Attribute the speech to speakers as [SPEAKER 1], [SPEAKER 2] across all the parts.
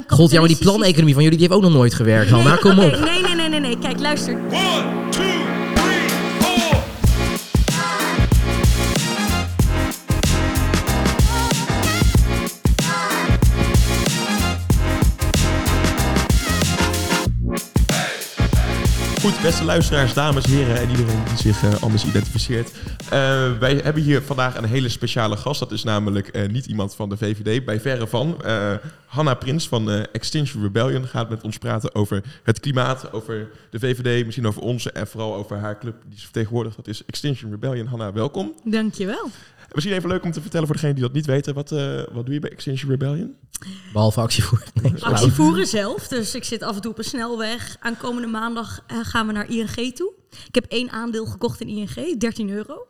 [SPEAKER 1] God, ja, maar die planeconomie van jullie die heeft ook nog nooit gewerkt. Hanna, kom op.
[SPEAKER 2] Nee. Kijk, luister.
[SPEAKER 3] 1, 2, 3, 4. Goed, beste luisteraars, dames, heren en iedereen die zich anders identificeert. Wij hebben hier vandaag een hele speciale gast. Dat is namelijk niet iemand van de VVD, bij verre van. Hanna Prins van Extinction Rebellion gaat met ons praten over het klimaat, over de VVD, misschien over ons en vooral over haar club die ze vertegenwoordigt. Dat is Extinction Rebellion. Hanna, welkom.
[SPEAKER 2] Dankjewel.
[SPEAKER 3] Misschien even leuk om te vertellen voor degenen die dat niet weten. Wat doe je bij Extinction Rebellion?
[SPEAKER 1] Behalve actievoeren. Nee,
[SPEAKER 2] Actie voeren zelf. Dus ik zit af en toe op een snelweg. Aankomende maandag gaan we naar ING toe. Ik heb 1 aandeel gekocht in ING, €13.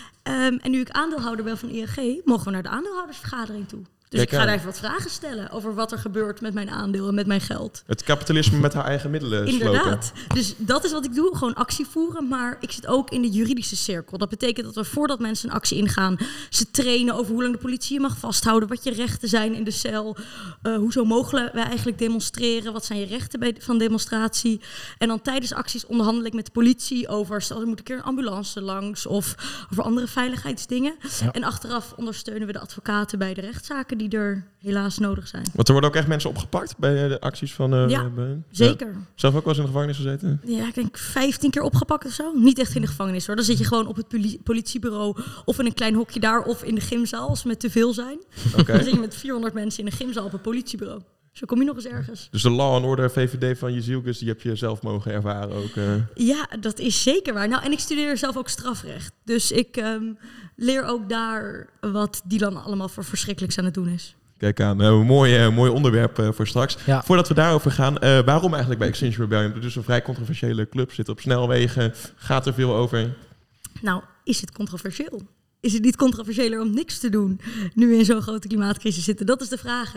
[SPEAKER 2] En nu ik aandeelhouder ben van ING, mogen we naar de aandeelhoudersvergadering toe. Dus ik ga daar even wat vragen stellen over wat er gebeurt met mijn aandeel en met mijn geld.
[SPEAKER 3] Het kapitalisme met haar eigen middelen
[SPEAKER 2] Inderdaad. Dus dat is wat ik doe, gewoon actie voeren. Maar ik zit ook in de juridische cirkel. Dat betekent dat we voordat mensen een actie ingaan, ze trainen over hoe lang de politie je mag vasthouden, wat je rechten zijn in de cel, hoezo mogen wij eigenlijk demonstreren, wat zijn je rechten van demonstratie. En dan tijdens acties onderhandel ik met de politie over, stel er moet een keer een ambulance langs of over andere veiligheidsdingen. Ja. En achteraf ondersteunen we de advocaten bij de rechtszaken die er helaas nodig zijn.
[SPEAKER 3] Want er worden ook echt mensen opgepakt bij de acties van...
[SPEAKER 2] zeker.
[SPEAKER 3] Ja. Zelf ook wel eens in de gevangenis gezeten?
[SPEAKER 2] Ja, ik denk 15 keer opgepakt of zo. Niet echt in de gevangenis hoor. Dan zit je gewoon op het politiebureau of in een klein hokje daar of in de gymzaal als we met te veel zijn. Okay. Dan zit je met 400 mensen in een gymzaal op het politiebureau. Zo kom je nog eens ergens.
[SPEAKER 3] Dus de Law and Order VVD van Jezielkus, die heb je zelf mogen ervaren ook?
[SPEAKER 2] Ja, dat is zeker waar. Nou, en ik studeer zelf ook strafrecht. Dus ik leer ook daar wat Dylan allemaal voor verschrikkelijks aan het doen is.
[SPEAKER 3] Kijk aan, een mooi onderwerp voor straks. Ja. Voordat we daarover gaan, waarom eigenlijk bij Extinction Rebellion? Het is een vrij controversiële club, zit op snelwegen, gaat er veel over?
[SPEAKER 2] Nou, is het controversieel? Is het niet controversiëler om niks te doen nu we in zo'n grote klimaatcrisis zitten? Dat is de vraag, hè?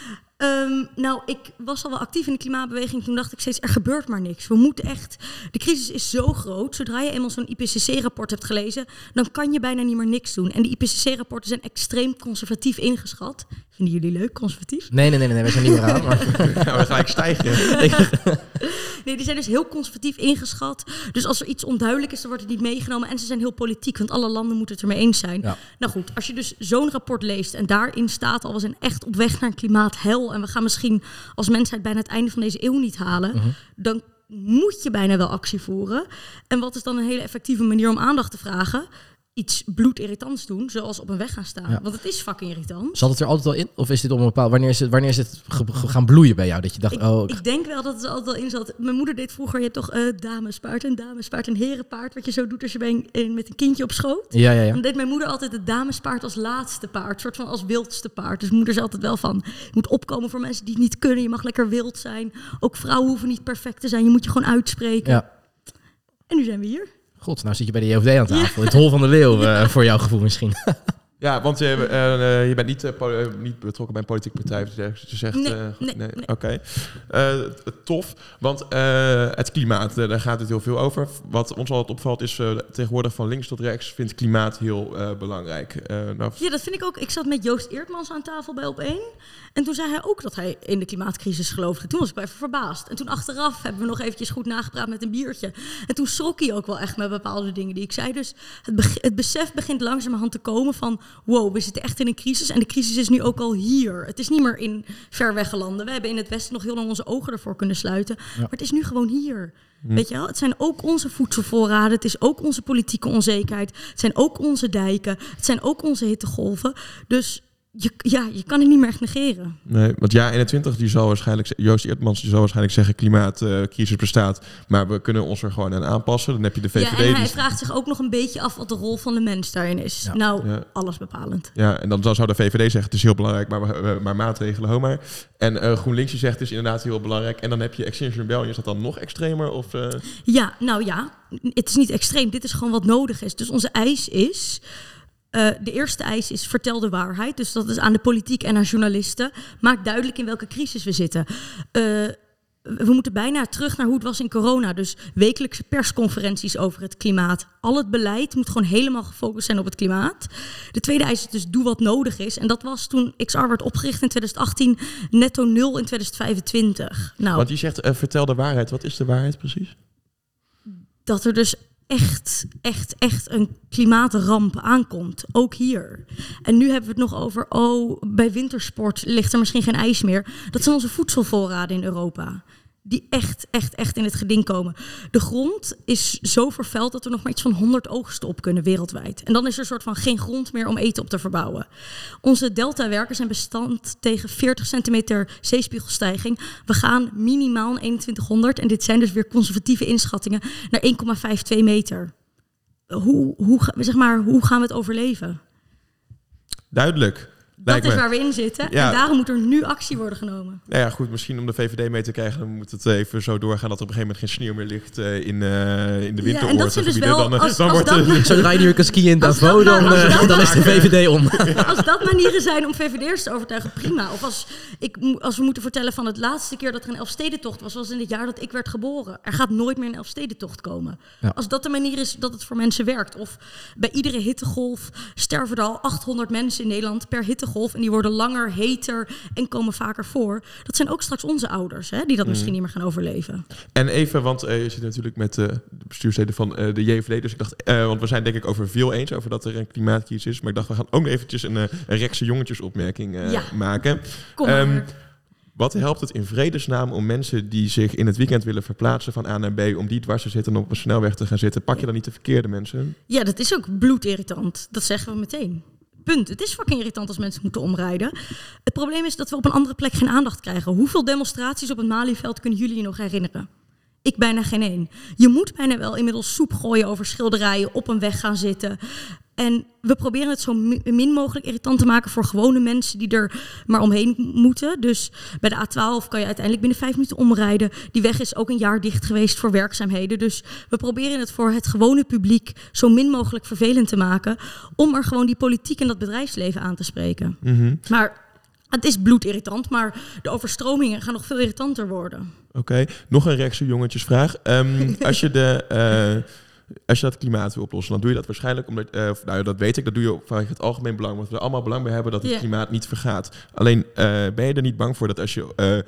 [SPEAKER 2] Nou, ik was al wel actief in de klimaatbeweging. Toen dacht ik steeds, er gebeurt maar niks. We moeten echt... De crisis is zo groot. Zodra je eenmaal zo'n IPCC-rapport hebt gelezen, dan kan je bijna niet meer niks doen. En die IPCC-rapporten zijn extreem conservatief ingeschat. Vinden jullie leuk, conservatief?
[SPEAKER 1] Nee, we zijn niet meer aan. Maar...
[SPEAKER 3] Ja, we gelijk stijgen.
[SPEAKER 2] Nee, die zijn dus heel conservatief ingeschat. Dus als er iets onduidelijk is, dan wordt het niet meegenomen. En ze zijn heel politiek, want alle landen moeten het ermee eens zijn. Ja. Nou goed, als je dus zo'n rapport leest en daarin staat al, we zijn echt op weg naar een klimaathel en we gaan misschien als mensheid bijna het einde van deze eeuw niet halen, dan moet je bijna wel actie voeren. En wat is dan een hele effectieve manier om aandacht te vragen? Iets bloedirritants doen, zoals op een weg gaan staan. Ja. Want het is fucking irritant.
[SPEAKER 1] Zat het er altijd al in? Of is dit op een bepaald... Wanneer is het gaan bloeien bij jou? Dat je dacht,
[SPEAKER 2] ik denk wel dat het er altijd al in zat. Mijn moeder deed vroeger, je hebt toch damespaard en herenpaard, wat je zo doet als je met een kindje op schoot.
[SPEAKER 1] Ja.
[SPEAKER 2] Dan deed mijn moeder altijd het damespaard als laatste paard, soort van als wildste paard. Dus moeder zei altijd wel van, je moet opkomen voor mensen die het niet kunnen. Je mag lekker wild zijn. Ook vrouwen hoeven niet perfect te zijn. Je moet je gewoon uitspreken. Ja. En nu zijn we hier.
[SPEAKER 1] God, nou zit je bij de JOVD aan tafel. Het hol van de leeuw, voor jouw gevoel misschien.
[SPEAKER 3] Ja, want je bent niet betrokken bij een politieke partij. Dus je zegt,
[SPEAKER 2] nee.
[SPEAKER 3] Oké. Tof, want het klimaat, daar gaat het heel veel over. Wat ons altijd opvalt is tegenwoordig van links tot rechts vindt klimaat heel belangrijk.
[SPEAKER 2] Ja, dat vind ik ook. Ik zat met Joost Eertmans aan tafel bij Op1. En toen zei hij ook dat hij in de klimaatcrisis geloofde. Toen was ik wel even verbaasd. En toen achteraf hebben we nog eventjes goed nagepraat met een biertje. En toen schrok hij ook wel echt met bepaalde dingen die ik zei. Dus het besef begint langzamerhand te komen van, wow, we zitten echt in een crisis. En de crisis is nu ook al hier. Het is niet meer in ver weg landen. We hebben in het Westen nog heel lang onze ogen ervoor kunnen sluiten. Ja. Maar het is nu gewoon hier. Weet je wel? Het zijn ook onze voedselvoorraden. Het is ook onze politieke onzekerheid. Het zijn ook onze dijken. Het zijn ook onze hittegolven. Dus je kan het niet meer echt negeren.
[SPEAKER 3] Nee, want ja, 21, Joost Eertmans, die zal waarschijnlijk zeggen, klimaatcrisis bestaat, maar we kunnen ons er gewoon aan aanpassen. Dan heb je de VVD.
[SPEAKER 2] Ja, en hij vraagt zich ook nog een beetje af wat de rol van de mens daarin is. Ja. Nou, alles bepalend.
[SPEAKER 3] Ja, en dan zou de VVD zeggen, het is heel belangrijk, maar maatregelen, ho maar. En GroenLinks zegt, het is inderdaad heel belangrijk. En dan heb je Extinction Rebellion, is dat dan nog extremer? Of,
[SPEAKER 2] Ja, het is niet extreem. Dit is gewoon wat nodig is. Dus onze eis is... de eerste eis is vertel de waarheid. Dus dat is aan de politiek en aan journalisten. Maak duidelijk in welke crisis we zitten. we moeten bijna terug naar hoe het was in corona. Dus wekelijkse persconferenties over het klimaat. Al het beleid moet gewoon helemaal gefocust zijn op het klimaat. De tweede eis is dus doe wat nodig is. En dat was toen XR werd opgericht in 2018 netto 0 in 2025. Nou,
[SPEAKER 3] Want je zegt, vertel de waarheid. Wat is de waarheid precies?
[SPEAKER 2] dat er dus echt een klimaatramp aankomt. Ook hier. En nu hebben we het nog over, bij wintersport ligt er misschien geen ijs meer. Dat zijn onze voedselvoorraden in Europa. Die echt in het geding komen. De grond is zo vervuild dat er nog maar iets van 100 oogsten op kunnen wereldwijd. En dan is er een soort van geen grond meer om eten op te verbouwen. Onze deltawerken zijn bestand tegen 40 centimeter zeespiegelstijging. We gaan minimaal 2100, en dit zijn dus weer conservatieve inschattingen, naar 1,52 meter. Hoe gaan we het overleven?
[SPEAKER 3] Duidelijk.
[SPEAKER 2] Dat is waar we in zitten.
[SPEAKER 3] Ja.
[SPEAKER 2] En daarom moet er nu actie worden genomen.
[SPEAKER 3] Nou ja, goed, misschien om de VVD mee te krijgen, dan moet het even zo doorgaan dat er op een gegeven moment geen sneeuw meer ligt in de winteroorten.
[SPEAKER 2] Ja, en dat zijn dus wel,
[SPEAKER 1] Zodra je nu kan skiën in Davos, dan is de VVD om.
[SPEAKER 2] Als dat manieren zijn om VVD'ers te overtuigen, prima. Of als we moeten vertellen van het laatste keer dat er een Elfstedentocht was in het jaar dat ik werd geboren. Er gaat nooit meer een Elfstedentocht komen. Ja. Als dat de manier is dat het voor mensen werkt. Of bij iedere hittegolf sterven er al 800 mensen in Nederland per hittegolf. En die worden langer, heter en komen vaker voor. Dat zijn ook straks onze ouders, die dat misschien niet meer gaan overleven.
[SPEAKER 3] En even, want je zit natuurlijk met de bestuursleden van de JVD. Dus ik dacht, want we zijn denk ik over veel eens over dat er een klimaatcrisis is. Maar ik dacht, we gaan ook nog eventjes een rechtse jongetjesopmerking maken.
[SPEAKER 2] Kom maar.
[SPEAKER 3] Wat helpt het in vredesnaam om mensen die zich in het weekend willen verplaatsen van A naar B, om die dwars te zitten en op een snelweg te gaan zitten? Pak je dan niet de verkeerde mensen?
[SPEAKER 2] Ja, dat is ook bloedirritant. Dat zeggen we meteen. Punt. Het is fucking irritant als mensen moeten omrijden. Het probleem is dat we op een andere plek geen aandacht krijgen. Hoeveel demonstraties op het Malieveld kunnen jullie je nog herinneren? Ik bijna geen één. Je moet bijna wel inmiddels soep gooien over schilderijen, op een weg gaan zitten. En we proberen het zo min mogelijk irritant te maken voor gewone mensen die er maar omheen moeten. Dus bij de A12 kan je uiteindelijk binnen 5 minuten omrijden. Die weg is ook een jaar dicht geweest voor werkzaamheden. Dus we proberen het voor het gewone publiek zo min mogelijk vervelend te maken, om er gewoon die politiek en dat bedrijfsleven aan te spreken. Mm-hmm. Maar het is bloedirritant, maar de overstromingen gaan nog veel irritanter worden.
[SPEAKER 3] Oké, nog een rechtse jongetjesvraag. Als je dat klimaat wil oplossen, dan doe je dat waarschijnlijk omdat, dat weet ik, dat doe je vanwege het algemeen belang, want we er allemaal belang bij hebben dat het klimaat niet vergaat. Alleen, ben je er niet bang voor dat als je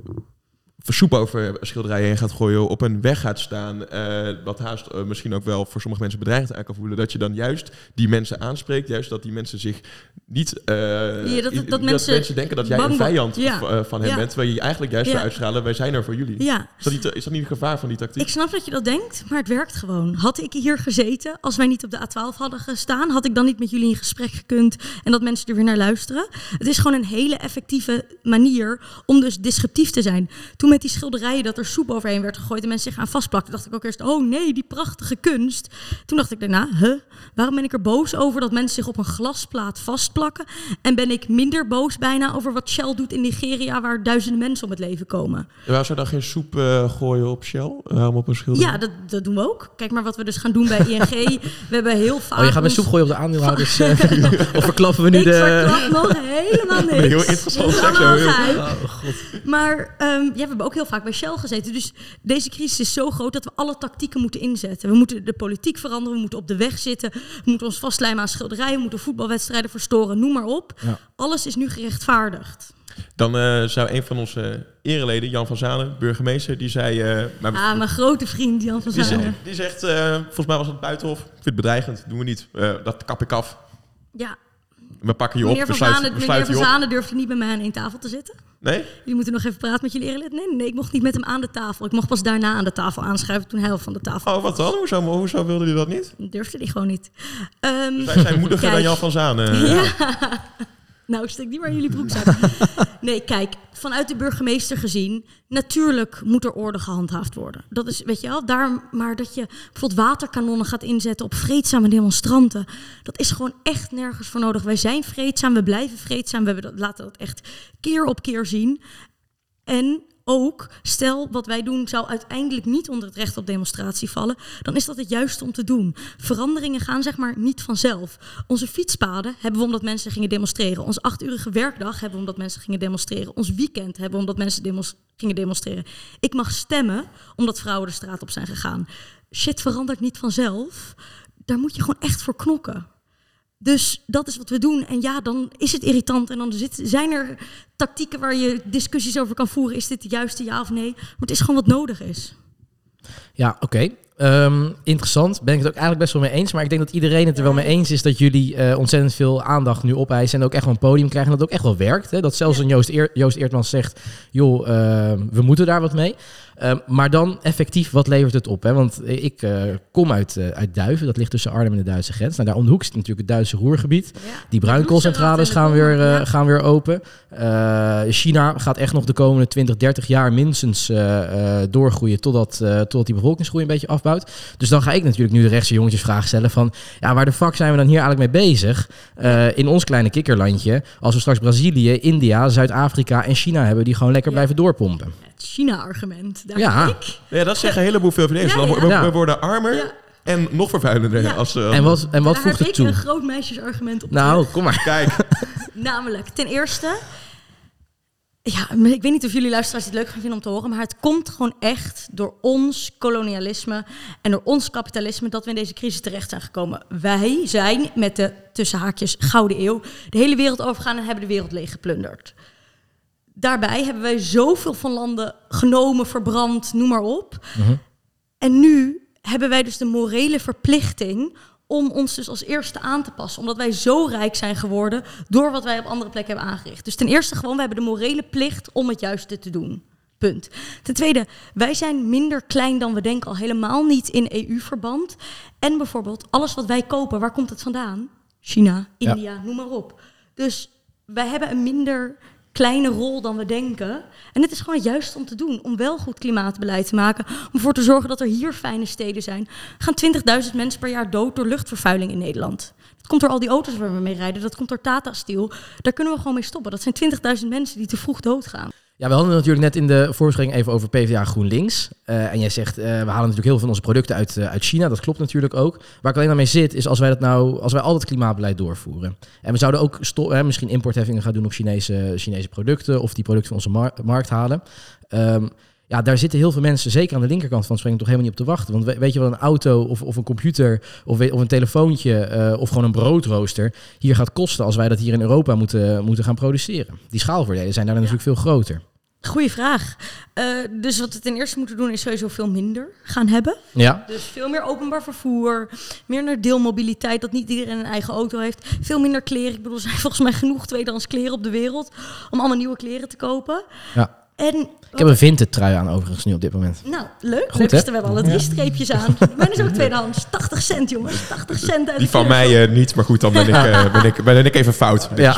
[SPEAKER 3] soep over schilderijen heen gaat gooien, op een weg gaat staan, wat haast misschien ook wel voor sommige mensen bedreigend aan kan voelen, dat je dan juist die mensen aanspreekt, juist dat die mensen zich niet dat mensen denken dat jij een vijand van hen bent, terwijl je eigenlijk juist wil uitstralen, wij zijn er voor jullie. Ja. Is dat niet het gevaar van die tactiek?
[SPEAKER 2] Ik snap dat je dat denkt, maar het werkt gewoon. Had ik hier gezeten, als wij niet op de A12 hadden gestaan, had ik dan niet met jullie in gesprek gekund en dat mensen er weer naar luisteren? Het is gewoon een hele effectieve manier om dus disruptief te zijn. Toen met die schilderijen dat er soep overheen werd gegooid en mensen zich aan vastplakten, dacht ik ook eerst, oh nee, die prachtige kunst. Toen dacht ik daarna, waarom ben ik er boos over dat mensen zich op een glasplaat vastplakken? En ben ik minder boos bijna over wat Shell doet in Nigeria, waar duizenden mensen om het leven komen?
[SPEAKER 3] Waarom zou dan geen soep gooien op Shell? Waarom op een schilderij?
[SPEAKER 2] Ja, dat doen we ook. Kijk maar wat we dus gaan doen bij ING. We hebben heel vaak...
[SPEAKER 1] je gaat met soep gooien op de aandeelhouders. Of verklappen we nu
[SPEAKER 2] ik verklap nog helemaal niks.
[SPEAKER 3] Heel interessant.
[SPEAKER 1] God.
[SPEAKER 2] Maar we hebben ook heel vaak bij Shell gezeten. Dus deze crisis is zo groot dat we alle tactieken moeten inzetten. We moeten de politiek veranderen, we moeten op de weg zitten, we moeten ons vastlijmen aan schilderijen, we moeten voetbalwedstrijden verstoren, noem maar op. Ja. Alles is nu gerechtvaardigd.
[SPEAKER 3] Dan zou een van onze ereleden, Jan van Zanen, burgemeester, die zei...
[SPEAKER 2] mijn grote vriend Jan van Zanen.
[SPEAKER 3] Die zegt, volgens mij was het Buitenhof, ik vind het bedreigend, doen we niet. Dat kap ik af.
[SPEAKER 2] Ja.
[SPEAKER 3] We pakken je op, we sluiten je op.
[SPEAKER 2] Meneer van Zanen durfde niet bij mij aan één tafel te zitten.
[SPEAKER 3] Nee?
[SPEAKER 2] Jullie moeten nog even praten met jullie erelid. Nee, ik mocht niet met hem aan de tafel. Ik mocht pas daarna aan de tafel aanschuiven toen hij al van de tafel
[SPEAKER 3] was. Wat dan? Hoezo wilde hij dat niet?
[SPEAKER 2] Durfde hij gewoon niet.
[SPEAKER 3] Zij zijn moediger dan Jan van Zanen.
[SPEAKER 2] Ja. Nou, ik steek niet maar in jullie broekzak. Nee, kijk, vanuit de burgemeester gezien, natuurlijk moet er orde gehandhaafd worden. Dat is, weet je wel, maar dat je bijvoorbeeld waterkanonnen gaat inzetten op vreedzame demonstranten, dat is gewoon echt nergens voor nodig. Wij zijn vreedzaam, we blijven vreedzaam, laten dat echt keer op keer zien. En ook, stel wat wij doen zou uiteindelijk niet onder het recht op demonstratie vallen, dan is dat het juiste om te doen. Veranderingen gaan zeg maar niet vanzelf. Onze fietspaden hebben we omdat mensen gingen demonstreren. Onze 8-urige werkdag hebben we omdat mensen gingen demonstreren. Ons weekend hebben we omdat mensen gingen demonstreren. Ik mag stemmen omdat vrouwen de straat op zijn gegaan. Shit verandert niet vanzelf. Daar moet je gewoon echt voor knokken. Dus dat is wat we doen. En ja, dan is het irritant. En dan zijn er tactieken waar je discussies over kan voeren. Is dit de juiste ja of nee? Maar het is gewoon wat nodig is.
[SPEAKER 1] Ja, oké. Interessant. Ben ik het ook eigenlijk best wel mee eens. Maar ik denk dat iedereen het er wel mee eens is dat jullie ontzettend veel aandacht nu opeisen. En ook echt wel een podium krijgen. En dat het ook echt wel werkt. Hè? Dat zelfs een Joost Eertmans zegt, joh, we moeten daar wat mee. Maar dan effectief, wat levert het op? Hè? Want ik kom uit Duiven. Dat ligt tussen Arnhem en de Duitse grens. Nou, daar om de hoek zit natuurlijk het Duitse Roergebied. Ja. Die bruinkoolcentrales gaan weer open. China gaat echt nog de komende 20, 30 jaar minstens doorgroeien totdat die bevolkingsgroei een beetje afbouwt. Dus dan ga ik natuurlijk nu de rechtse jongetjes vragen stellen van, ja, waar de fuck zijn we dan hier eigenlijk mee bezig? In ons kleine kikkerlandje, als we straks Brazilië, India, Zuid-Afrika en China hebben die gewoon lekker blijven doorpompen.
[SPEAKER 2] Het China-argument, daar
[SPEAKER 3] ja.
[SPEAKER 2] ga ik.
[SPEAKER 3] Ja, dat zeggen een heleboel veel Nederlanders. We worden armer en nog vervuilender. Ja.
[SPEAKER 1] En wat voegt het toe?
[SPEAKER 2] Daar heb ik een groot meisjesargument op.
[SPEAKER 1] Nou, kom maar.
[SPEAKER 3] Kijk.
[SPEAKER 2] Namelijk, ten eerste, ja, ik weet niet of jullie luisteraars het leuk gaan vinden om te horen, maar het komt gewoon echt door ons kolonialisme en door ons kapitalisme dat we in deze crisis terecht zijn gekomen. Wij zijn met de, tussen haakjes, gouden eeuw, de hele wereld overgegaan en hebben de wereld leeg geplunderd. Daarbij hebben wij zoveel van landen genomen, verbrand, noem maar op. Mm-hmm. En nu hebben wij dus de morele verplichting om ons dus als eerste aan te passen. Omdat wij zo rijk zijn geworden door wat wij op andere plekken hebben aangericht. Dus ten eerste gewoon, we hebben de morele plicht om het juiste te doen. Punt. Ten tweede, wij zijn minder klein dan we denken, al helemaal niet in EU-verband. En bijvoorbeeld, alles wat wij kopen, waar komt het vandaan? China, India, noem maar op. Dus wij hebben een minder kleine rol dan we denken. En het is gewoon het juiste om te doen. Om wel goed klimaatbeleid te maken. Om ervoor te zorgen dat er hier fijne steden zijn. Er gaan 20.000 mensen per jaar dood door luchtvervuiling in Nederland. Dat komt door al die auto's waar we mee rijden. Dat komt door Tata Steel. Daar kunnen we gewoon mee stoppen. Dat zijn 20.000 mensen die te vroeg doodgaan. Ja,
[SPEAKER 1] we hadden het natuurlijk net in de voorbeschouwing even over PvdA GroenLinks. En jij zegt, we halen natuurlijk heel veel van onze producten uit China. Dat klopt natuurlijk ook. Waar ik alleen aan mee zit, is als wij al het klimaatbeleid doorvoeren. En we zouden ook misschien importheffingen gaan doen op Chinese producten. Of die producten van onze markt halen. Ja, daar zitten heel veel mensen, zeker aan de linkerkant van het spectrum, toch helemaal niet op te wachten. Want weet je wat een auto of een computer of een telefoontje of gewoon een broodrooster hier gaat kosten als wij dat hier in Europa moeten gaan produceren? Die schaalvoordelen zijn daar natuurlijk veel groter.
[SPEAKER 2] Goeie vraag. Dus wat we ten eerste moeten doen is sowieso veel minder gaan hebben.
[SPEAKER 1] Ja.
[SPEAKER 2] Dus veel meer openbaar vervoer, meer naar deelmobiliteit, dat niet iedereen een eigen auto heeft. Veel minder kleren. Ik bedoel, er zijn volgens mij genoeg tweedehands kleren op de wereld om allemaal nieuwe kleren te kopen.
[SPEAKER 1] Ja. Ik heb een vintage trui aan overigens nu op dit moment.
[SPEAKER 2] Nou, leuk. Goed, we hebben alle 3 streepjes aan. Mijn is ook tweedehands. 80 cent, jongens. 80 cent.
[SPEAKER 3] Die van mij niet, maar goed, dan ben ik even fout.
[SPEAKER 1] Ja.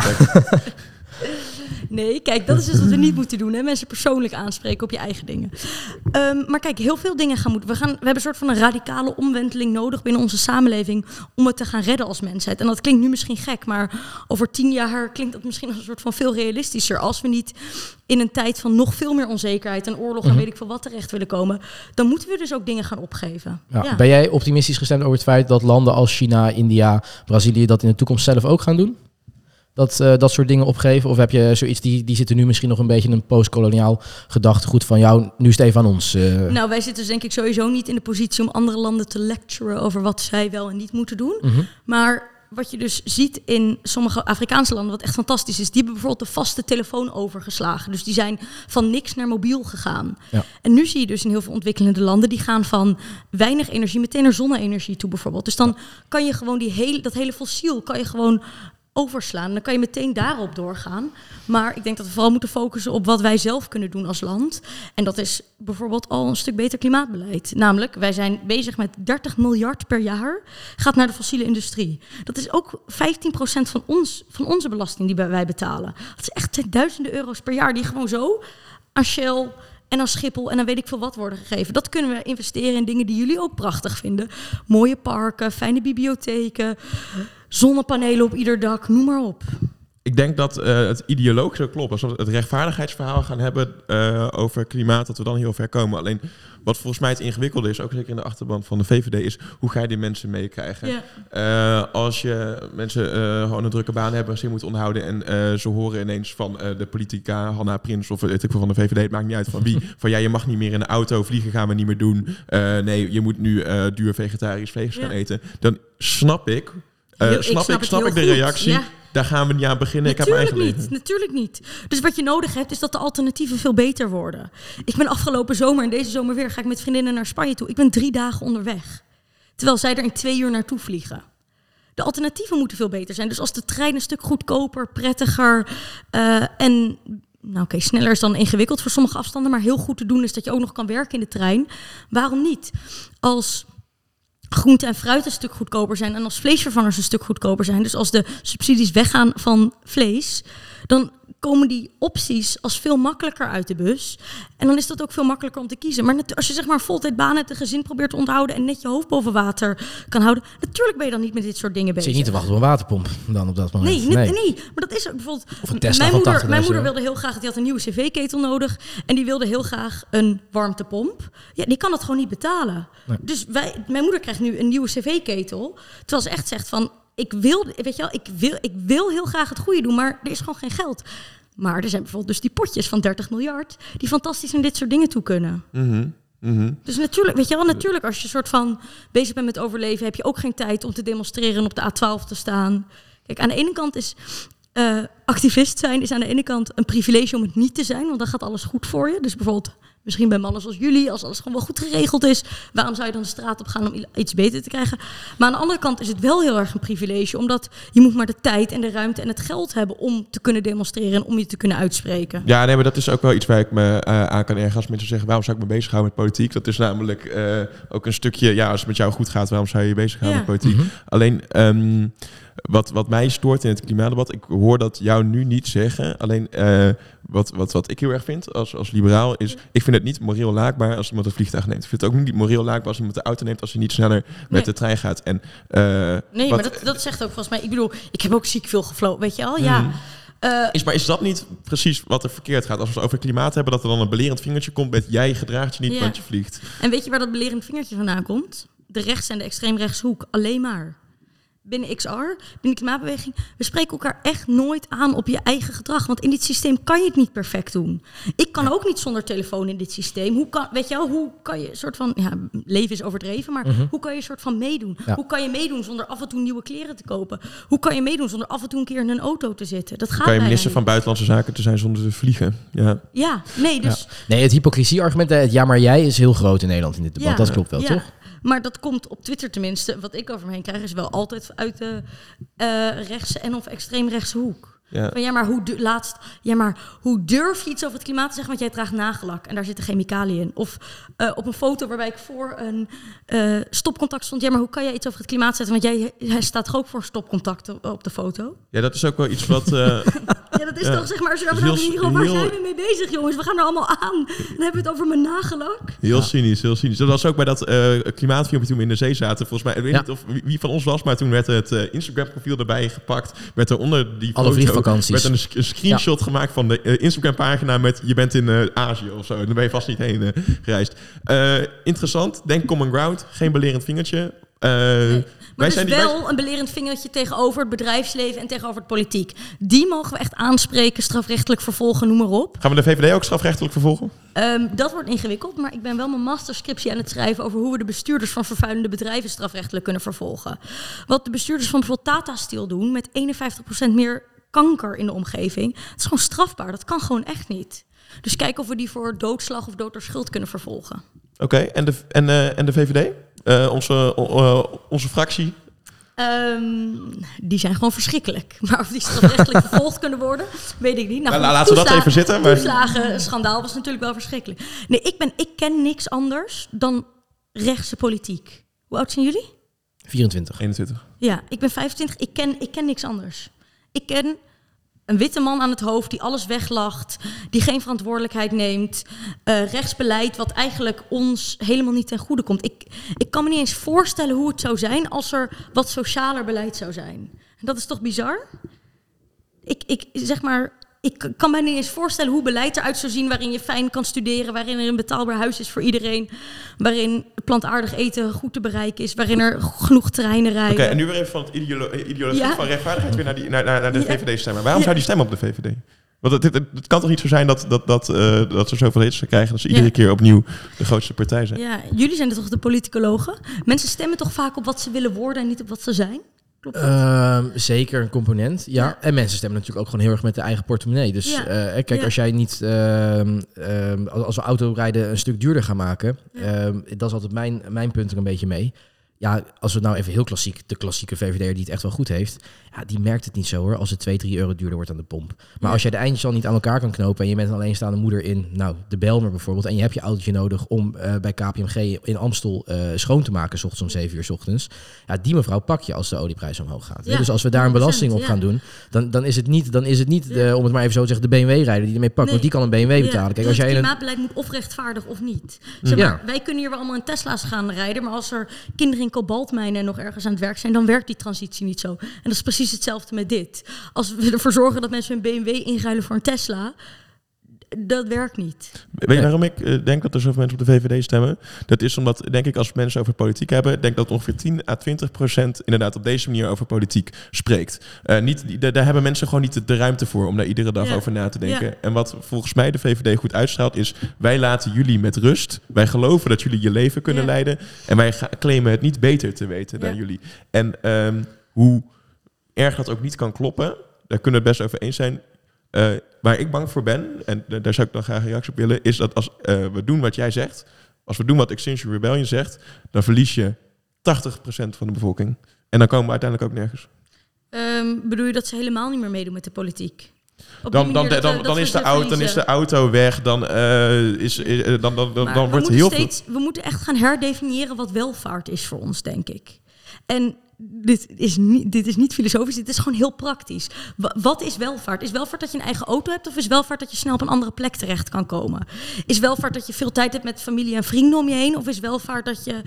[SPEAKER 2] Nee, kijk, dat is dus wat we niet moeten doen. Hè? Mensen persoonlijk aanspreken op je eigen dingen. Maar kijk, heel veel dingen gaan moeten. We hebben een soort van een radicale omwenteling nodig binnen onze samenleving om het te gaan redden als mensheid. En dat klinkt nu misschien gek, maar over 10 jaar klinkt dat misschien als een soort van veel realistischer. Als we niet in een tijd van nog veel meer onzekerheid en oorlog en weet ik veel wat terecht willen komen, dan moeten we dus ook dingen gaan opgeven.
[SPEAKER 1] Ja. Ben jij optimistisch gestemd over het feit dat landen als China, India, Brazilië dat in de toekomst zelf ook gaan doen? Dat soort dingen opgeven? Of heb je zoiets, die zitten nu misschien nog een beetje in een postkoloniaal gedachtegoed van jou, nu is het even aan ons?
[SPEAKER 2] Nou, wij zitten dus denk ik sowieso niet in de positie om andere landen te lecturen over wat zij wel en niet moeten doen. Mm-hmm. Maar wat je dus ziet in sommige Afrikaanse landen, wat echt fantastisch is, die hebben bijvoorbeeld de vaste telefoon overgeslagen. Dus die zijn van niks naar mobiel gegaan. Ja. En nu zie je dus in heel veel ontwikkelende landen, die gaan van weinig energie meteen naar zonne-energie toe bijvoorbeeld. Dus dan kan je gewoon dat hele fossiel kan je gewoon overslaan. Dan kan je meteen daarop doorgaan. Maar ik denk dat we vooral moeten focussen op wat wij zelf kunnen doen als land. En dat is bijvoorbeeld al een stuk beter klimaatbeleid. Namelijk, wij zijn bezig met 30 miljard per jaar gaat naar de fossiele industrie. Dat is ook 15% van onze belasting die wij betalen. Dat is echt duizenden euro's per jaar die gewoon zo aan Shell en aan Schiphol en dan weet ik veel wat worden gegeven. Dat kunnen we investeren in dingen die jullie ook prachtig vinden. Mooie parken, fijne bibliotheken, zonnepanelen op ieder dak, noem maar op.
[SPEAKER 3] Ik denk dat het ideologische klopt. Als we het rechtvaardigheidsverhaal gaan hebben over klimaat, dat we dan heel ver komen. Alleen wat volgens mij het ingewikkelde is, ook zeker in de achterban van de VVD, is hoe ga je die mensen meekrijgen? Ja. Als je mensen gewoon een drukke baan hebben, ze moeten onderhouden en ze horen ineens van de politica, Hanna Prins of weet ik veel van de VVD, het maakt niet uit van wie, van je mag niet meer in de auto, vliegen gaan we niet meer doen. Nee, je moet nu duur vegetarisch vegans gaan eten. Dan snap ik de reactie. Ja. Daar gaan we niet aan beginnen.
[SPEAKER 2] Natuurlijk niet. Dus wat je nodig hebt, is dat de alternatieven veel beter worden. Ik ben afgelopen zomer en deze zomer weer, ga ik met vriendinnen naar Spanje toe. Ik ben 3 dagen onderweg. Terwijl zij er in 2 uur naartoe vliegen. De alternatieven moeten veel beter zijn. Dus als de trein een stuk goedkoper, prettiger en... Nou oké, sneller is dan ingewikkeld voor sommige afstanden, maar heel goed te doen is dat je ook nog kan werken in de trein. Waarom niet? Als groente en fruit een stuk goedkoper zijn en als vleesvervangers een stuk goedkoper zijn, dus als de subsidies weggaan van vlees, dan komen die opties als veel makkelijker uit de bus. En dan is dat ook veel makkelijker om te kiezen. Maar als je zeg maar voltijdbaan hebt, een gezin probeert te onderhouden en net je hoofd boven water kan houden, natuurlijk ben je dan niet met dit soort dingen bezig.
[SPEAKER 1] Zit je niet te wachten op een waterpomp dan op dat moment?
[SPEAKER 2] Nee. Maar dat is ook bijvoorbeeld...
[SPEAKER 1] Of een Tesla
[SPEAKER 2] mijn moeder wilde heel graag, die had een nieuwe cv-ketel nodig en die wilde heel graag een warmtepomp. Ja, die kan dat gewoon niet betalen. Nee. Dus mijn moeder krijgt nu een nieuwe cv-ketel, terwijl ze echt zegt van, ik wil heel graag het goede doen, maar er is gewoon geen geld. Maar er zijn bijvoorbeeld dus die potjes van 30 miljard... die fantastisch naar dit soort dingen toe kunnen.
[SPEAKER 3] Mm-hmm. Mm-hmm.
[SPEAKER 2] Dus natuurlijk als je soort van bezig bent met overleven, heb je ook geen tijd om te demonstreren en op de A12 te staan. Kijk, aan de ene kant is activist zijn is aan de ene kant een privilege om het niet te zijn, want dan gaat alles goed voor je. Dus bijvoorbeeld misschien bij mannen zoals jullie, als alles gewoon wel goed geregeld is, waarom zou je dan de straat op gaan om iets beter te krijgen? Maar aan de andere kant is het wel heel erg een privilege, omdat je moet maar de tijd en de ruimte en het geld hebben om te kunnen demonstreren en om je te kunnen uitspreken.
[SPEAKER 3] Ja, nee, maar dat is ook wel iets waar ik me aan kan ergen als mensen zeggen, waarom zou ik me bezighouden met politiek? Dat is namelijk ook een stukje, ja, als het met jou goed gaat, waarom zou je je bezighouden met politiek? Mm-hmm. Alleen, wat mij stoort in het klimaatdebat, ik hoor dat jou nu niet zeggen. Alleen wat ik heel erg vind als liberaal is, ik vind het niet moreel laakbaar als iemand een vliegtuig neemt. Ik vind het ook niet moreel laakbaar als iemand de auto neemt als hij niet sneller met de trein gaat. En,
[SPEAKER 2] maar dat zegt ook volgens mij, ik bedoel, ik heb ook ziek veel gevlogen, weet je al? Ja.
[SPEAKER 3] Maar is dat niet precies wat er verkeerd gaat? Als we het over klimaat hebben, dat er dan een belerend vingertje komt met jij gedraagt je niet, want je vliegt.
[SPEAKER 2] En weet je waar dat belerend vingertje vandaan komt? De rechts- en de extreemrechtshoek, alleen maar. Binnen XR, binnen de klimaatbeweging, we spreken elkaar echt nooit aan op je eigen gedrag. Want in dit systeem kan je het niet perfect doen. Ik kan ook niet zonder telefoon in dit systeem. Hoe kan je soort van, leven is overdreven, maar hoe kan je soort van meedoen? Ja. Hoe kan je meedoen zonder af en toe nieuwe kleren te kopen? Hoe kan je meedoen zonder af en toe een keer in een auto te zitten? Dat gaat.
[SPEAKER 3] Kan je minister van Buitenlandse Zaken te zijn zonder te vliegen?
[SPEAKER 2] Dus...
[SPEAKER 1] Nee, het hypocrisie-argument, ja, maar jij is heel groot in Nederland in dit debat. Dat klopt wel, toch?
[SPEAKER 2] Maar dat komt op Twitter tenminste, wat ik over me heen krijg, is wel altijd uit de rechtse en of extreemrechtse hoek. Ja. Van, maar hoe durf je iets over het klimaat te zeggen, want jij draagt nagellak en daar zitten chemicaliën in. Of op een foto waarbij ik voor een stopcontact stond. Ja, maar hoe kan jij iets over het klimaat zetten, want hij staat toch ook voor stopcontact op de foto?
[SPEAKER 3] Ja, dat is ook wel iets wat...
[SPEAKER 2] ja, dat is toch zeg maar, waar zijn we mee bezig, jongens? We gaan er allemaal aan. Dan hebben we het over mijn nagellak.
[SPEAKER 3] Heel cynisch. Dat was ook bij dat klimaatfilmpje toen we in de zee zaten. Volgens mij, ik weet niet of wie van ons was, maar toen werd het Instagram-profiel erbij gepakt. Werd er onder die
[SPEAKER 1] alle
[SPEAKER 3] foto
[SPEAKER 1] werd
[SPEAKER 3] een screenshot gemaakt van de Instagram-pagina met je bent in Azië of zo. En daar ben je vast niet heen gereisd. Interessant. Denk common ground. Geen belerend vingertje.
[SPEAKER 2] Nee. Maar er is wel een belerend vingertje tegenover het bedrijfsleven en tegenover het politiek. Die mogen we echt aanspreken, strafrechtelijk vervolgen, noem maar op.
[SPEAKER 3] Gaan we de VVD ook strafrechtelijk vervolgen?
[SPEAKER 2] Dat wordt ingewikkeld, maar ik ben wel mijn masterscriptie aan het schrijven over hoe we de bestuurders van vervuilende bedrijven strafrechtelijk kunnen vervolgen. Wat de bestuurders van bijvoorbeeld Tata Steel doen met 51% meer kanker in de omgeving, dat is gewoon strafbaar. Dat kan gewoon echt niet. Dus kijken of we die voor doodslag of dood door schuld kunnen vervolgen.
[SPEAKER 3] Oké, en de VVD? Onze fractie?
[SPEAKER 2] Die zijn gewoon verschrikkelijk. Maar of die strafrechtelijk vervolgd kunnen worden, weet ik niet.
[SPEAKER 3] Laten we dat even zitten.
[SPEAKER 2] Toeslagenschandaal was natuurlijk wel verschrikkelijk. Nee, ik ken niks anders dan rechtse politiek. Hoe oud zijn jullie?
[SPEAKER 1] 24.
[SPEAKER 3] 21.
[SPEAKER 2] Ja, ik ben 25. Ik ken niks anders. Ik ken een witte man aan het hoofd die alles weglacht, die geen verantwoordelijkheid neemt, rechtsbeleid wat eigenlijk ons helemaal niet ten goede komt. Ik kan me niet eens voorstellen hoe het zou zijn als er wat socialer beleid zou zijn. En dat is toch bizar? ik zeg maar... Ik kan mij niet eens voorstellen hoe beleid eruit zou zien... waarin je fijn kan studeren, waarin er een betaalbaar huis is voor iedereen... waarin plantaardig eten goed te bereiken is... waarin er genoeg treinen rijden.
[SPEAKER 3] Oké, en nu weer even van het ideologie van rechtvaardigheid... weer naar de VVD stemmen. Waarom zou die stemmen op de VVD? Want het kan toch niet zo zijn dat ze zoveel zetels krijgen... dat ze iedere keer opnieuw de grootste partij zijn?
[SPEAKER 2] Ja, jullie zijn toch de politicologen? Mensen stemmen toch vaak op wat ze willen worden... en niet op wat ze zijn? Klopt dat?
[SPEAKER 1] Zeker een component, ja. En mensen stemmen natuurlijk ook gewoon heel erg met de eigen portemonnee. Dus kijk, als jij niet... als we autorijden een stuk duurder gaan maken... dat is altijd mijn punt er een beetje mee. Ja, als we nou even heel klassiek... de klassieke VVD'er die het echt wel goed heeft... ja, die merkt het niet zo hoor... als het 2-3 euro duurder wordt aan de pomp. Maar als jij de eindjes al niet aan elkaar kan knopen... en je bent een alleenstaande moeder in de Bijlmer bijvoorbeeld... en je hebt je autootje nodig om bij KPMG in Amstel schoon te maken... 's ochtends om 7 uur 's ochtends. Ja, die mevrouw pak je als de olieprijs omhoog gaat. Ja, dus als we daar een belasting op gaan doen... dan is het niet, om het maar even zo te zeggen... de BMW-rijder die ermee pakt. Want die kan een BMW betalen. Kijk,
[SPEAKER 2] dus
[SPEAKER 1] als jij
[SPEAKER 2] het klimaatbeleid moet of rechtvaardig of niet. Zeg maar, wij kunnen hier wel allemaal in Tesla's gaan rijden... maar als er kinderen in kobaltmijnen nog ergens aan het werk zijn... dan werkt die transitie niet zo. En dat is precies hetzelfde met dit. Als we ervoor zorgen dat mensen een BMW inruilen voor een Tesla... dat werkt niet.
[SPEAKER 3] Weet je waarom ik denk dat er zoveel mensen op de VVD stemmen? Dat is omdat, denk ik, als mensen over politiek hebben... denk dat ongeveer 10-20% inderdaad op deze manier over politiek spreekt. Daar hebben mensen gewoon niet de ruimte voor... om daar iedere dag over na te denken. Ja. En wat volgens mij de VVD goed uitstraalt is... wij laten jullie met rust. Wij geloven dat jullie je leven kunnen leiden. En wij claimen het niet beter te weten dan jullie. En hoe erg dat ook niet kan kloppen... daar kunnen we het best over eens zijn... waar ik bang voor ben, en daar zou ik dan graag een reactie op willen... is dat als we doen wat jij zegt... als we doen wat Extinction Rebellion zegt... dan verlies je 80% van de bevolking. En dan komen we uiteindelijk ook nergens.
[SPEAKER 2] Bedoel je dat ze helemaal niet meer meedoen met de politiek?
[SPEAKER 3] Dan is de auto weg, dan wordt heel veel...
[SPEAKER 2] We moeten echt gaan herdefiniëren wat welvaart is voor ons, denk ik. En dit is niet filosofisch, dit is gewoon heel praktisch. Wat is welvaart? Is welvaart dat je een eigen auto hebt... of is welvaart dat je snel op een andere plek terecht kan komen? Is welvaart dat je veel tijd hebt met familie en vrienden om je heen... of is welvaart dat je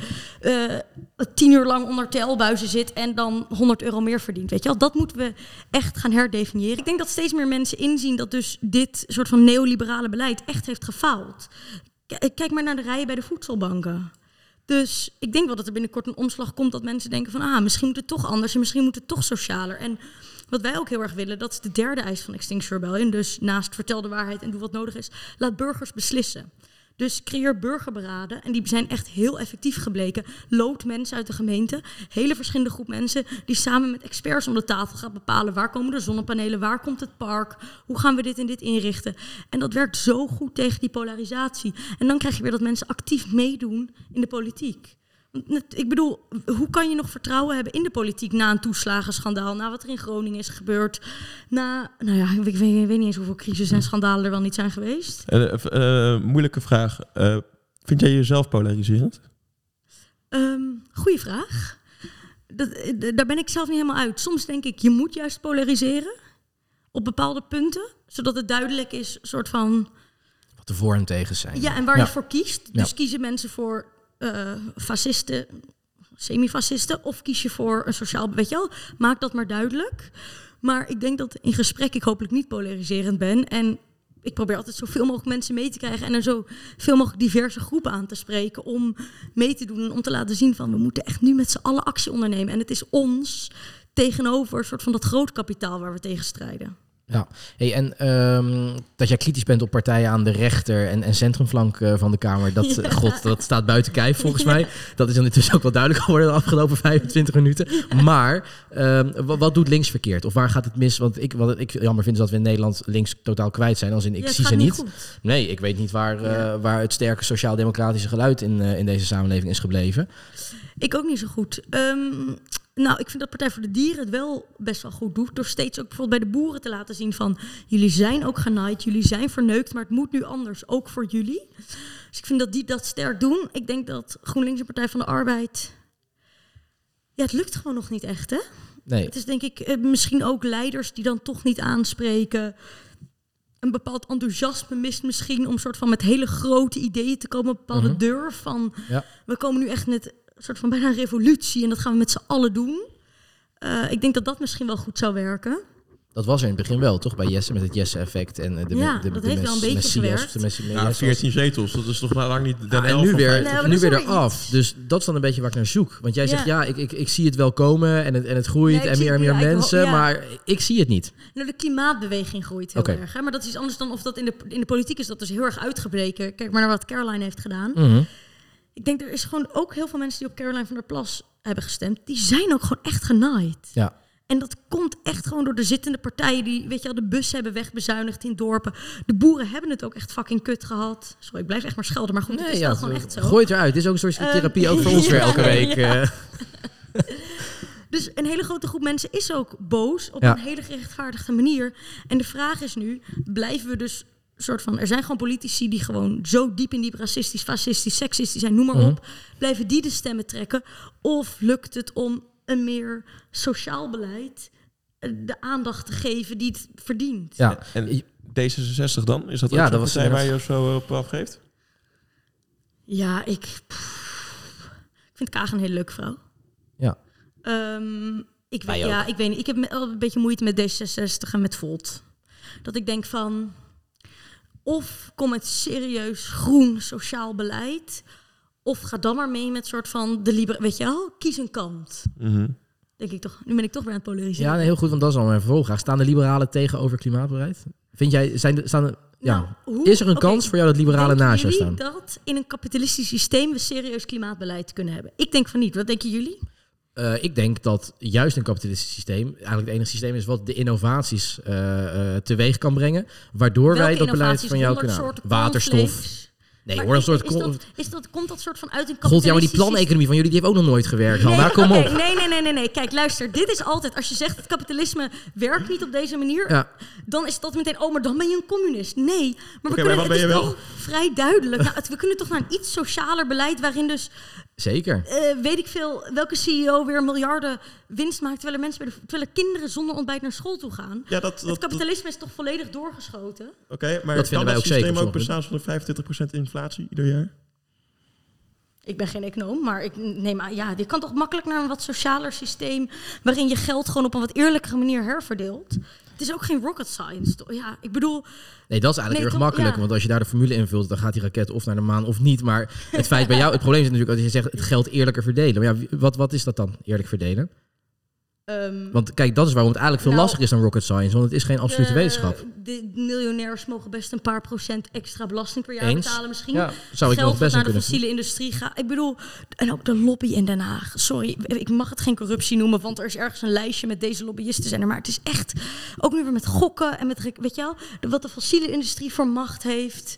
[SPEAKER 2] 10 uur lang onder TL-buizen zit... en dan 100 euro meer verdient? Weet je wel? Dat moeten we echt gaan herdefiniëren. Ik denk dat steeds meer mensen inzien... dat dus dit soort van neoliberale beleid echt heeft gefaald. Kijk maar naar de rijen bij de voedselbanken. Dus ik denk wel dat er binnenkort een omslag komt... dat mensen denken van, misschien moet het toch anders... en misschien moet het toch socialer. En wat wij ook heel erg willen, dat is de derde eis van Extinction Rebellion. Dus naast vertel de waarheid en doe wat nodig is... laat burgers beslissen. Dus creëer burgerberaden. En die zijn echt heel effectief gebleken. Lood mensen uit de gemeente. Hele verschillende groep mensen... die samen met experts om de tafel gaat bepalen... waar komen de zonnepanelen, waar komt het park... hoe gaan we dit en dit inrichten. En dat werkt zo goed tegen die polarisatie. En dan krijg je weer dat mensen actief meedoen in de politiek. Ik bedoel, hoe kan je nog vertrouwen hebben in de politiek... na een toeslagenschandaal, na wat er in Groningen is gebeurd... ik weet niet eens hoeveel crisis en schandalen er wel niet zijn geweest.
[SPEAKER 3] Moeilijke vraag. Vind jij jezelf polariserend?
[SPEAKER 2] Goeie vraag. Daar ben ik zelf niet helemaal uit. Soms denk ik, je moet juist polariseren... op bepaalde punten, zodat het duidelijk is... soort van
[SPEAKER 1] wat de voor en tegen zijn.
[SPEAKER 2] Ja, en waar je voor kiest. Dus kiezen mensen voor... fascisten, semi-fascisten... of kies je voor een sociaal... Weet je wel, maak dat maar duidelijk. Maar ik denk dat in gesprek ik hopelijk niet polariserend ben... en ik probeer altijd zoveel mogelijk mensen mee te krijgen... en er zoveel mogelijk diverse groepen aan te spreken... om mee te doen en om te laten zien van... we moeten echt nu met z'n allen actie ondernemen. En het is ons tegenover een soort van dat groot kapitaal waar we tegen strijden.
[SPEAKER 1] Ja, en dat jij kritisch bent op partijen aan de rechter en centrumflank van de Kamer, dat staat buiten kijf volgens mij. Dat is ondertussen ook wel duidelijk geworden de afgelopen 25 minuten. Ja. Maar wat doet links verkeerd? Of waar gaat het mis? Want wat ik jammer vind is dat we in Nederland links totaal kwijt zijn. Als in, ik zie ze niet. Goed. Nee, ik weet niet waar het sterke sociaal-democratische geluid in deze samenleving is gebleven.
[SPEAKER 2] Ik ook niet zo goed. Ik vind dat Partij voor de Dieren het wel best wel goed doet... door steeds ook bijvoorbeeld bij de boeren te laten zien van... jullie zijn ook genaaid, jullie zijn verneukt... maar het moet nu anders, ook voor jullie. Dus ik vind dat die dat sterk doen. Ik denk dat GroenLinks en Partij van de Arbeid... ja, het lukt gewoon nog niet echt, hè?
[SPEAKER 1] Nee.
[SPEAKER 2] Het is denk ik misschien ook leiders die dan toch niet aanspreken... een bepaald enthousiasme mist misschien... om een soort van met hele grote ideeën te komen... een bepaalde durf van... we komen nu echt met... een soort van bijna revolutie en dat gaan we met z'n allen doen. Ik denk dat dat misschien wel goed zou werken.
[SPEAKER 1] Dat was er in het begin wel, toch? Bij Jesse, met het Jesse-effect. En
[SPEAKER 2] dat heeft wel een beetje gewerkt.
[SPEAKER 3] Ja, 14 zetels, dat is toch nou lang niet de
[SPEAKER 1] en
[SPEAKER 3] helft
[SPEAKER 1] nu
[SPEAKER 3] van
[SPEAKER 1] weer,
[SPEAKER 3] 50.
[SPEAKER 1] nu weer eraf. Dus dat is dan een beetje waar ik naar zoek. Want jij zegt, ik zie het wel komen en het groeit
[SPEAKER 2] Nee,
[SPEAKER 1] en meer en meer mensen. Maar ik zie het niet.
[SPEAKER 2] Nou, de klimaatbeweging groeit heel erg. Hè? Maar dat is iets anders dan of dat in de politiek is dat dus heel erg uitgebleken. Kijk maar naar wat Caroline heeft gedaan.
[SPEAKER 1] Mm-hmm.
[SPEAKER 2] Ik denk, er is gewoon ook heel veel mensen die op Caroline van der Plas hebben gestemd. Die zijn ook gewoon echt genaaid.
[SPEAKER 1] Ja.
[SPEAKER 2] En dat komt echt gewoon door de zittende partijen die, weet je wel, de bus hebben wegbezuinigd in dorpen. De boeren hebben het ook echt fucking kut gehad. Sorry, ik blijf echt maar schelden, maar goed, het is wel gewoon echt zo.
[SPEAKER 1] Gooi het eruit. Dit is ook een soort therapie, ook voor ons weer elke week.
[SPEAKER 2] Ja. Dus een hele grote groep mensen is ook boos op een hele gerechtvaardigde manier. En de vraag is nu, blijven we dus soort van, er zijn gewoon politici die gewoon zo diep in diep racistisch, fascistisch, seksistisch zijn, noem maar op. Blijven die de stemmen trekken? Of lukt het om een meer sociaal beleid de aandacht te geven die het verdient?
[SPEAKER 3] Ja. En D66 dan? Is dat ook zo'n partij waar je zo op afgeeft?
[SPEAKER 2] Ja, ik vind Kaag een hele leuke vrouw.
[SPEAKER 1] Ja.
[SPEAKER 2] Ik weet niet. Ik heb een beetje moeite met D66 en met Volt. Dat ik denk van, of kom met serieus groen sociaal beleid, of ga dan maar mee met soort van weet je wel, kies een kant.
[SPEAKER 3] Mm-hmm.
[SPEAKER 2] Denk ik toch. Nu ben ik toch weer aan het polariseren.
[SPEAKER 1] Ja, nee, heel goed, want dat is al mijn vervolgvraag. Staan de liberalen tegenover klimaatbeleid? Vind jij, is er een kans voor jou dat liberalen naast jou staan?
[SPEAKER 2] Denken jullie dat in een kapitalistisch systeem we serieus klimaatbeleid kunnen hebben? Ik denk van niet. Wat denken jullie?
[SPEAKER 1] Ik denk dat juist een kapitalistisch systeem eigenlijk het enige systeem is wat de innovaties teweeg kan brengen, waardoor wij dat beleid van jou kunnen halen. Waterstof. Nee,
[SPEAKER 2] maar
[SPEAKER 1] hoor, een soort
[SPEAKER 2] komt dat soort van uit een kapitalistisch...
[SPEAKER 1] God, ja, maar die planeconomie van jullie, die heeft ook nog nooit gewerkt. Kom op.
[SPEAKER 2] Nee. Kijk, luister. Dit is altijd... Als je zegt het kapitalisme werkt niet op deze manier, dan is dat meteen, maar dan ben je een communist. Nee, maar het is wel vrij duidelijk. We kunnen toch naar een iets socialer beleid waarin dus...
[SPEAKER 1] Zeker.
[SPEAKER 2] Weet ik veel welke CEO weer miljarden winst maakt, terwijl er kinderen zonder ontbijt naar school toe gaan. Ja, het kapitalisme is toch volledig doorgeschoten?
[SPEAKER 3] Oké, maar
[SPEAKER 1] dat vinden wij ook zeker.
[SPEAKER 3] Kan het systeem ook bestaan zonder 25% inflatie ieder jaar?
[SPEAKER 2] Ik ben geen econoom, maar ik neem aan, je kan toch makkelijk naar een wat socialer systeem waarin je geld gewoon op een wat eerlijkere manier herverdeelt. Het is ook geen rocket science. Ja, ik bedoel...
[SPEAKER 1] Nee, dat is eigenlijk erg makkelijk. Ja. Want als je daar de formule invult, dan gaat die raket of naar de maan of niet. Maar het feit bij jou, het probleem is natuurlijk dat je zegt het geld eerlijker verdelen. Maar ja, wat is dat dan, eerlijk verdelen? Want kijk, dat is waarom het eigenlijk veel lastiger is dan rocket science. Want het is geen absolute wetenschap.
[SPEAKER 2] De miljonairs mogen best een paar procent extra belasting per jaar betalen misschien.
[SPEAKER 1] Ja, zou ik nog best
[SPEAKER 2] naar de fossiele industrie gaat. Ik bedoel, en ook de lobby in Den Haag. Sorry, ik mag het geen corruptie noemen, want er is ergens een lijstje met deze lobbyisten zijn er. Maar het is echt, ook nu weer met gokken en met, weet je wel, wat de fossiele industrie voor macht heeft.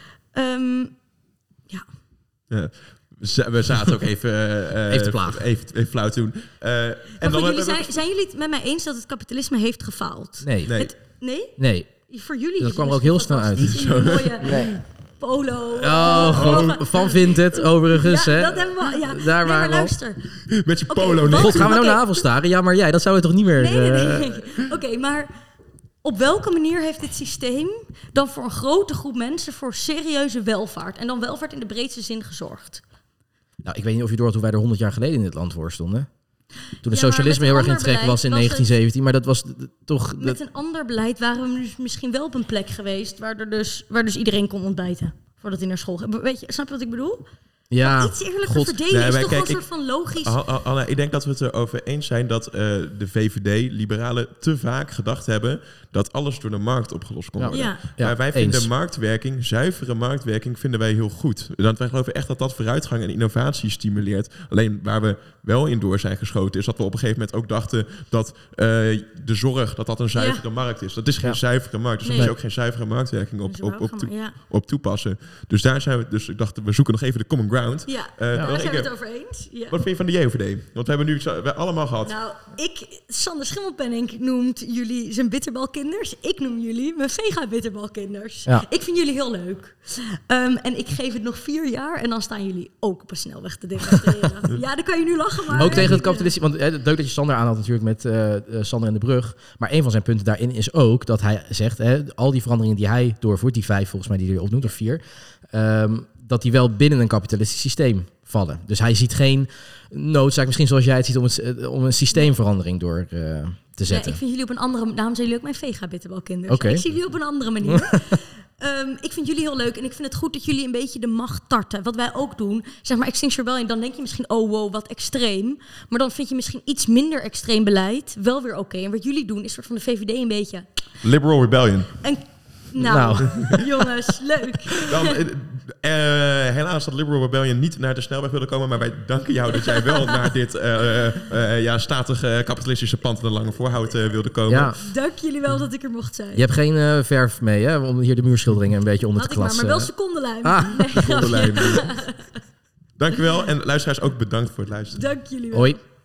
[SPEAKER 3] We zaten ook even
[SPEAKER 1] te plagen.
[SPEAKER 3] Even flauw te doen.
[SPEAKER 2] Zijn jullie het met mij eens dat het kapitalisme heeft gefaald?
[SPEAKER 1] Nee.
[SPEAKER 2] Nee? Voor jullie
[SPEAKER 1] dat kwam er ook heel snel uit.
[SPEAKER 2] Zo mooie polo.
[SPEAKER 1] Van vindt het overigens.
[SPEAKER 2] Ja,
[SPEAKER 1] hè?
[SPEAKER 2] dat hebben we. Ja.
[SPEAKER 1] Daar
[SPEAKER 2] maar luister.
[SPEAKER 3] Met je polo.
[SPEAKER 1] God, gaan we nou navel staren? Ja, maar jij, dat zou je toch niet meer...
[SPEAKER 2] Nee. Oké, maar op welke manier heeft dit systeem dan voor een grote groep mensen voor serieuze welvaart, en dan welvaart in de breedste zin, gezorgd?
[SPEAKER 1] Nou, ik weet niet of je door had hoe wij er 100 jaar geleden in dit land voor stonden. Toen het socialisme heel erg in trek was in 1917. Maar dat was toch...
[SPEAKER 2] Met een ander beleid waren we dus misschien wel op een plek geweest waar dus iedereen kon ontbijten voordat hij naar school ging. Weet je, snap je wat ik bedoel?
[SPEAKER 1] Ja,
[SPEAKER 2] iets eerlijker verdelen is toch wel een soort van logisch...
[SPEAKER 3] Anna, ik denk dat we het erover eens zijn dat de VVD, liberalen, te vaak gedacht hebben dat alles door de markt opgelost kon worden.
[SPEAKER 2] Ja.
[SPEAKER 3] Maar wij vinden marktwerking, zuivere marktwerking, vinden wij heel goed. Want wij geloven echt dat vooruitgang en innovatie stimuleert. Alleen waar we wel in door zijn geschoten is dat we op een gegeven moment ook dachten dat de zorg, dat een zuivere markt is. Dat is geen zuivere markt, dus daar is ook geen zuivere marktwerking op toepassen. Dus daar zijn we, dus ik dacht, we zoeken nog even de common ground.
[SPEAKER 2] Daar zijn we het over eens. Ja.
[SPEAKER 3] Wat vind je van de JOVD? Want we hebben nu allemaal gehad.
[SPEAKER 2] Nou, Sander Schimmelpenninck noemt jullie zijn bitterbalkinders. Ik noem jullie mijn vega-bitterbalkinders. Ja. Ik vind jullie heel leuk. En ik geef het nog 4 jaar en dan staan jullie ook op een snelweg te demonstreren. Ja, dan kan je nu lachen, maar...
[SPEAKER 1] Ook tegen het kapitalisme, want leuk dat je Sander aanhaalt natuurlijk met Sander en de Brug. Maar een van zijn punten daarin is ook dat hij zegt, al die veranderingen die hij doorvoert, die 5 volgens mij die hij opnoemt, of 4... dat die wel binnen een kapitalistisch systeem vallen. Dus hij ziet geen noodzaak, misschien zoals jij het ziet, om een systeemverandering te zetten.
[SPEAKER 2] ik vind jullie op een andere... Daarom zijn jullie ook mijn vega-bitterbalkinders.
[SPEAKER 1] Oké.
[SPEAKER 2] Ik zie jullie op een andere manier. Ik vind jullie heel leuk en ik vind het goed dat jullie een beetje de macht tarten. Wat wij ook doen, zeg maar Extinction Rebellion, dan denk je misschien, oh wow, wat extreem. Maar dan vind je misschien iets minder extreem beleid wel weer oké. En wat jullie doen is soort van de VVD een beetje...
[SPEAKER 3] Liberal Rebellion.
[SPEAKER 2] Nou, jongens, leuk.
[SPEAKER 3] Dan, helaas dat Liberal Rebellion niet naar de snelweg wilde komen, maar wij danken jou dat jij wel naar dit statige kapitalistische pand in de Lange Voorhout wilde komen.
[SPEAKER 1] Ja.
[SPEAKER 2] Dank jullie wel dat ik er mocht zijn.
[SPEAKER 1] Je hebt geen verf mee, hè? Om hier de muurschilderingen een beetje onder
[SPEAKER 2] Had
[SPEAKER 1] te
[SPEAKER 2] ik
[SPEAKER 1] klassen.
[SPEAKER 2] maar wel secondenlijm.
[SPEAKER 3] Secondenlijm. Dankjewel en luisteraars ook bedankt voor het luisteren.
[SPEAKER 2] Dank jullie wel.
[SPEAKER 1] Hoi.